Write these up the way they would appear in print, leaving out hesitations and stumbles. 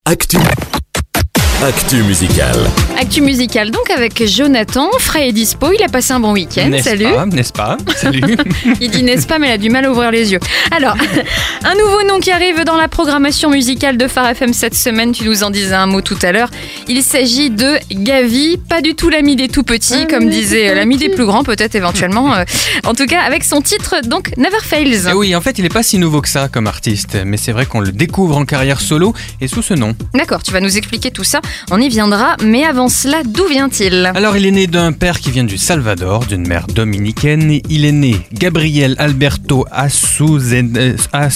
Actu musicale. Actu musicale donc avec Jonathan. Frais est dispo, il a passé un bon week-end. Salut. N'est-ce pas? Salut. Il dit n'est-ce pas, mais il a du mal à ouvrir les yeux. Alors, un nouveau nom qui arrive dans la programmation musicale de Phare FM cette semaine. Tu nous en disais un mot tout à l'heure. Il s'agit de Gavi, pas du tout l'ami des tout petits, comme disait l'ami des plus grands, peut-être éventuellement. En tout cas, avec son titre donc Never Fails. Et oui, en fait, il n'est pas si nouveau que ça comme artiste, mais c'est vrai qu'on le découvre en carrière solo et sous ce nom. D'accord, tu vas nous expliquer tout ça. On y viendra, mais avant cela, d'où vient-il ? Alors, il est né d'un père qui vient du Salvador, d'une mère dominicaine. Il est né Gabriel Alberto Azucena.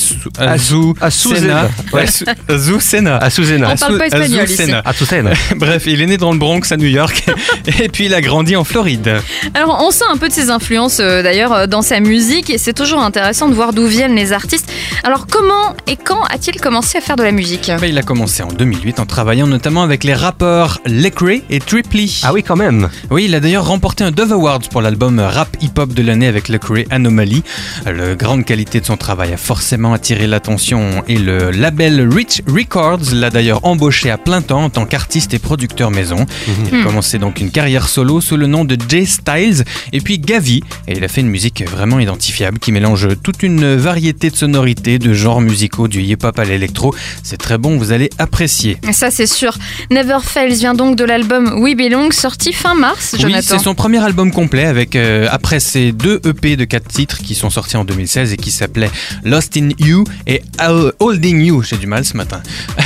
On parle pas espagnol ici. Bref, il est né dans le Bronx à New York et puis il a grandi en Floride. Alors, on sent un peu de ses influences d'ailleurs dans sa musique et c'est toujours intéressant de voir d'où viennent les artistes. Alors, comment et quand a-t-il commencé à faire de la musique ? Il a commencé en 2008 en travaillant notamment avec les rappeurs Lecrae et Tripply. Ah oui, quand même. Oui, il a d'ailleurs remporté un Dove Awards pour l'album rap hip-hop de l'année avec Lecrae Anomaly. La grande qualité de son travail a forcément attiré l'attention et le label Rich Records l'a d'ailleurs embauché à plein temps en tant qu'artiste et producteur maison. Il a commencé donc une carrière solo sous le nom de Jay Styles et puis Gavi. Et il a fait une musique vraiment identifiable qui mélange toute une variété de sonorités, de genres musicaux, du hip-hop à l'électro. C'est très bon, vous allez apprécier. Ça, c'est sûr. Never Fails vient donc de l'album We Belong, sorti fin mars, Jonathan. Oui, c'est son premier album complet avec après ses 2 EP de 4 titres qui sont sortis en 2016 et qui s'appelaient Lost in You et Holding You. J'ai du mal ce matin.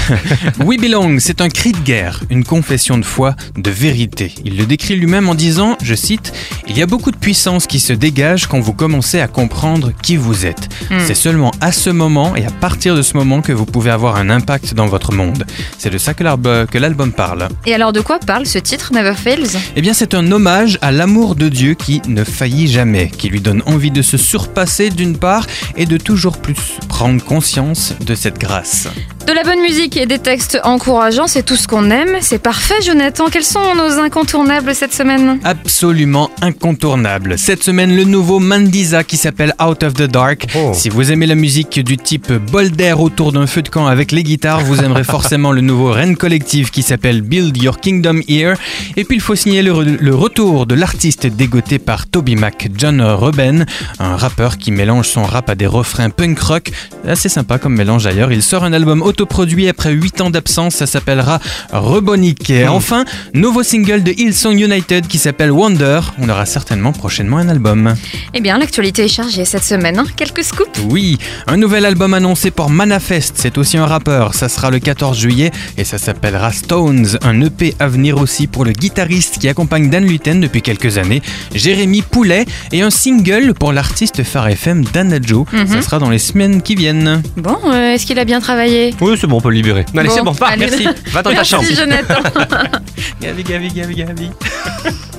We Belong, c'est un cri de guerre, une confession de foi, de vérité. Il le décrit lui-même en disant, je cite, « Il y a beaucoup de puissance qui se dégage quand vous commencez à comprendre qui vous êtes. C'est seulement à ce moment et à partir de ce moment que vous pouvez avoir un impact dans votre monde. » C'est de ça que l'album parle. Et alors de quoi parle ce titre, Never Fails ? Eh bien, c'est un hommage à l'amour de Dieu qui ne faillit jamais, qui lui donne envie de se surpasser d'une part et de toujours plus prendre conscience de cette grâce. De la bonne musique et des textes encourageants, c'est tout ce qu'on aime. C'est parfait, Jonathan. Quels sont nos incontournables cette semaine ? Absolument incontournable. Cette semaine, le nouveau Mandiza qui s'appelle Out of the Dark. Si vous aimez la musique du type bol d'air autour d'un feu de camp avec les guitares, vous aimerez forcément le nouveau Rennes Collective qui s'appelle Build Your Kingdom Here. Et puis il faut signer le retour de l'artiste dégoté par Toby Mac, John Reuben, un rappeur qui mélange son rap à des refrains punk rock. Assez sympa comme mélange d'ailleurs. Il sort un album autoproduit après 8 ans d'absence, ça s'appellera Rebonique. Et enfin, nouveau single de Hillsong United qui s'appelle Wonder. On aura certainement prochainement un album. Eh bien, l'actualité est chargée cette semaine. Quelques scoops. Oui, un nouvel album annoncé pour Manafest. C'est aussi un rappeur. Ça sera le 14 juillet et ça s'appellera Stones. Un EP à venir aussi pour le guitariste qui accompagne Dan Luten depuis quelques années, Jérémy Poulet, et un single pour l'artiste Phare FM Dana Joe. Ça sera dans les semaines qui viennent. Bon, est-ce qu'il a bien travaillé ? Oui, c'est bon, on peut le libérer. Allez, c'est bon, allez. merci. Va dans ta chambre. Merci, Jonathan. Gavi.